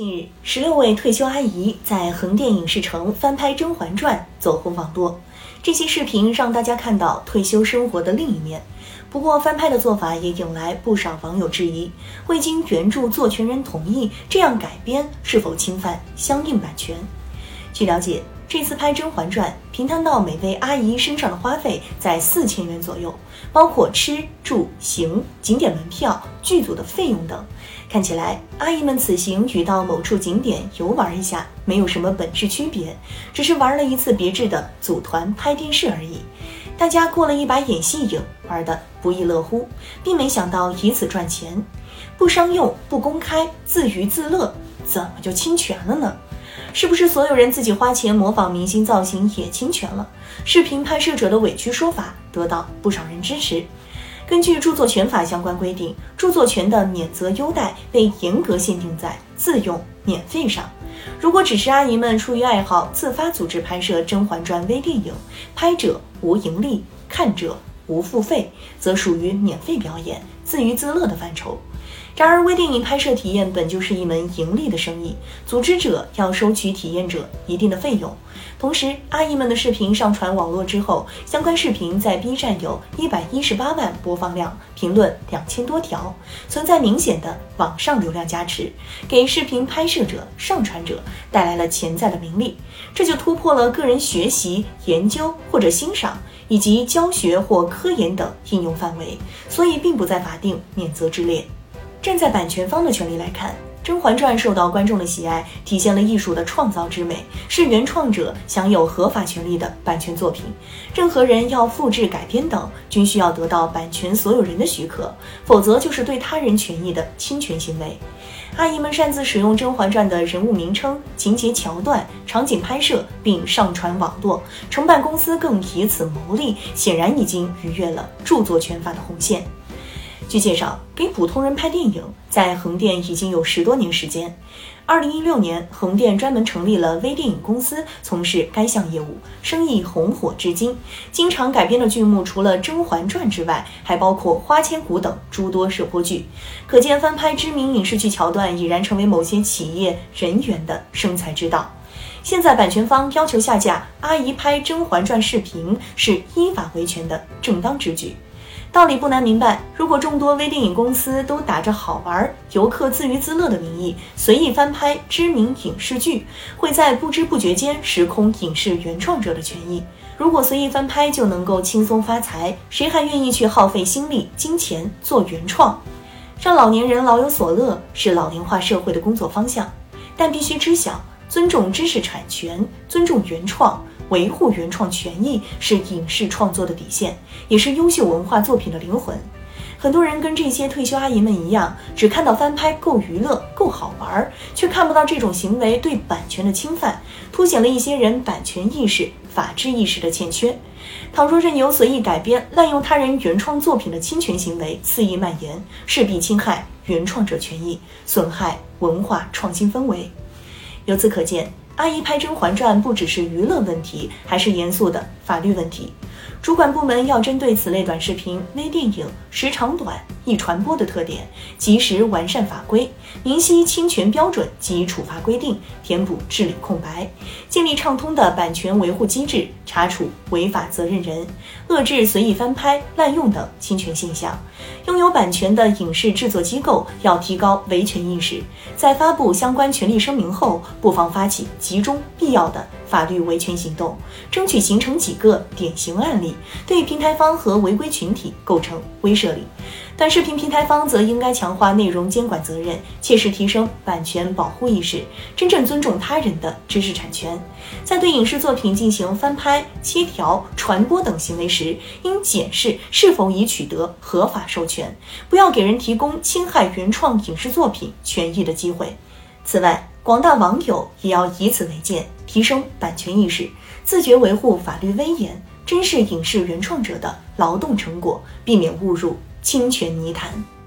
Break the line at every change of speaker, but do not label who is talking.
近日，16位退休阿姨在横店影视城翻拍《甄嬛传》，走红网络。这些视频让大家看到退休生活的另一面。不过，翻拍的做法也引来不少网友质疑：未经原著作权人同意，这样改编是否侵犯相应版权？据了解，这次拍《甄嬛传》，平摊到每位阿姨身上的花费在4000元左右，包括吃住行、景点门票、剧组的费用等。看起来，阿姨们此行与到某处景点游玩一下没有什么本质区别，只是玩了一次别致的组团拍电视而已。大家过了一把演戏瘾，玩得不亦乐乎，并没想到以此赚钱。不商用、不公开，自娱自乐，怎么就侵权了呢？是不是所有人自己花钱模仿明星造型也侵权了？视频拍摄者的委屈说法得到不少人支持。根据著作权法相关规定，著作权的免责优待被严格限定在自用免费上。如果只是阿姨们出于爱好自发组织拍摄《甄嬛传》微电影，拍者无盈利，看者无付费，则属于免费表演、自娱自乐的范畴。然而，微电影拍摄体验本就是一门盈利的生意，组织者要收取体验者一定的费用。同时，阿姨们的视频上传网络之后，相关视频在 B 站有118万播放量，评论2000多条，存在明显的网上流量加持，给视频拍摄者、上传者带来了潜在的名利，这就突破了个人学习、研究或者欣赏，以及教学或科研等应用范围，所以并不在法定免责之列。站在版权方的权利来看，《甄嬛传》受到观众的喜爱，体现了艺术的创造之美，是原创者享有合法权利的版权作品。任何人要复制、改编等，均需要得到版权所有人的许可，否则就是对他人权益的侵权行为。阿姨们擅自使用《甄嬛传》的人物名称、情节桥段、场景拍摄并上传网络，承办公司更以此牟利，显然已经逾越了著作权法的红线。据介绍，给普通人拍电影在横店已经有10多年时间。2016年，横店专门成立了微电影公司，从事该项业务，生意红火至今。经常改编的剧目除了《甄嬛传》之外，还包括《花千骨》等诸多热播剧。可见翻拍知名影视剧桥段已然成为某些企业人员的生财之道。现在版权方要求下架阿姨拍《甄嬛传》视频，是依法维权的正当之举。道理不难明白，如果众多微电影公司都打着好玩、游客自娱自乐的名义，随意翻拍知名影视剧，会在不知不觉间时空影视原创者的权益。如果随意翻拍就能够轻松发财，谁还愿意去耗费心力、金钱做原创？让老年人老有所乐，是老龄化社会的工作方向，但必须知晓，尊重知识产权，尊重原创，维护原创权益是影视创作的底线，也是优秀文化作品的灵魂。很多人跟这些退休阿姨们一样，只看到翻拍够娱乐、够好玩，却看不到这种行为对版权的侵犯，凸显了一些人版权意识、法治意识的欠缺。倘若任由随意改编、滥用他人原创作品的侵权行为肆意蔓延，势必侵害原创者权益，损害文化创新氛围。由此可见，阿姨拍《甄嬛传》不只是娱乐问题，还是严肃的法律问题。主管部门要针对此类短视频、微电影时长短、易传播的特点，及时完善法规，明晰侵权标准及处罚规定，填补治理空白，建立畅通的版权维护机制，查处违法责任人，遏制随意翻拍、滥用等侵权现象。拥有版权的影视制作机构要提高维权意识，在发布相关权利声明后，不妨发起集中必要的法律维权行动，争取形成几个典型案例，对平台方和违规群体构成威慑力。短视频平台方则应该强化内容监管责任，切实提升版权保护意识，真正尊重他人的知识产权。在对影视作品进行翻拍、切条、传播等行为时，应检视是否已取得合法授权，不要给人提供侵害原创影视作品权益的机会。此外，广大网友也要以此为鉴，提升版权意识，自觉维护法律威严，珍视影视原创者的劳动成果，避免误入侵权泥潭。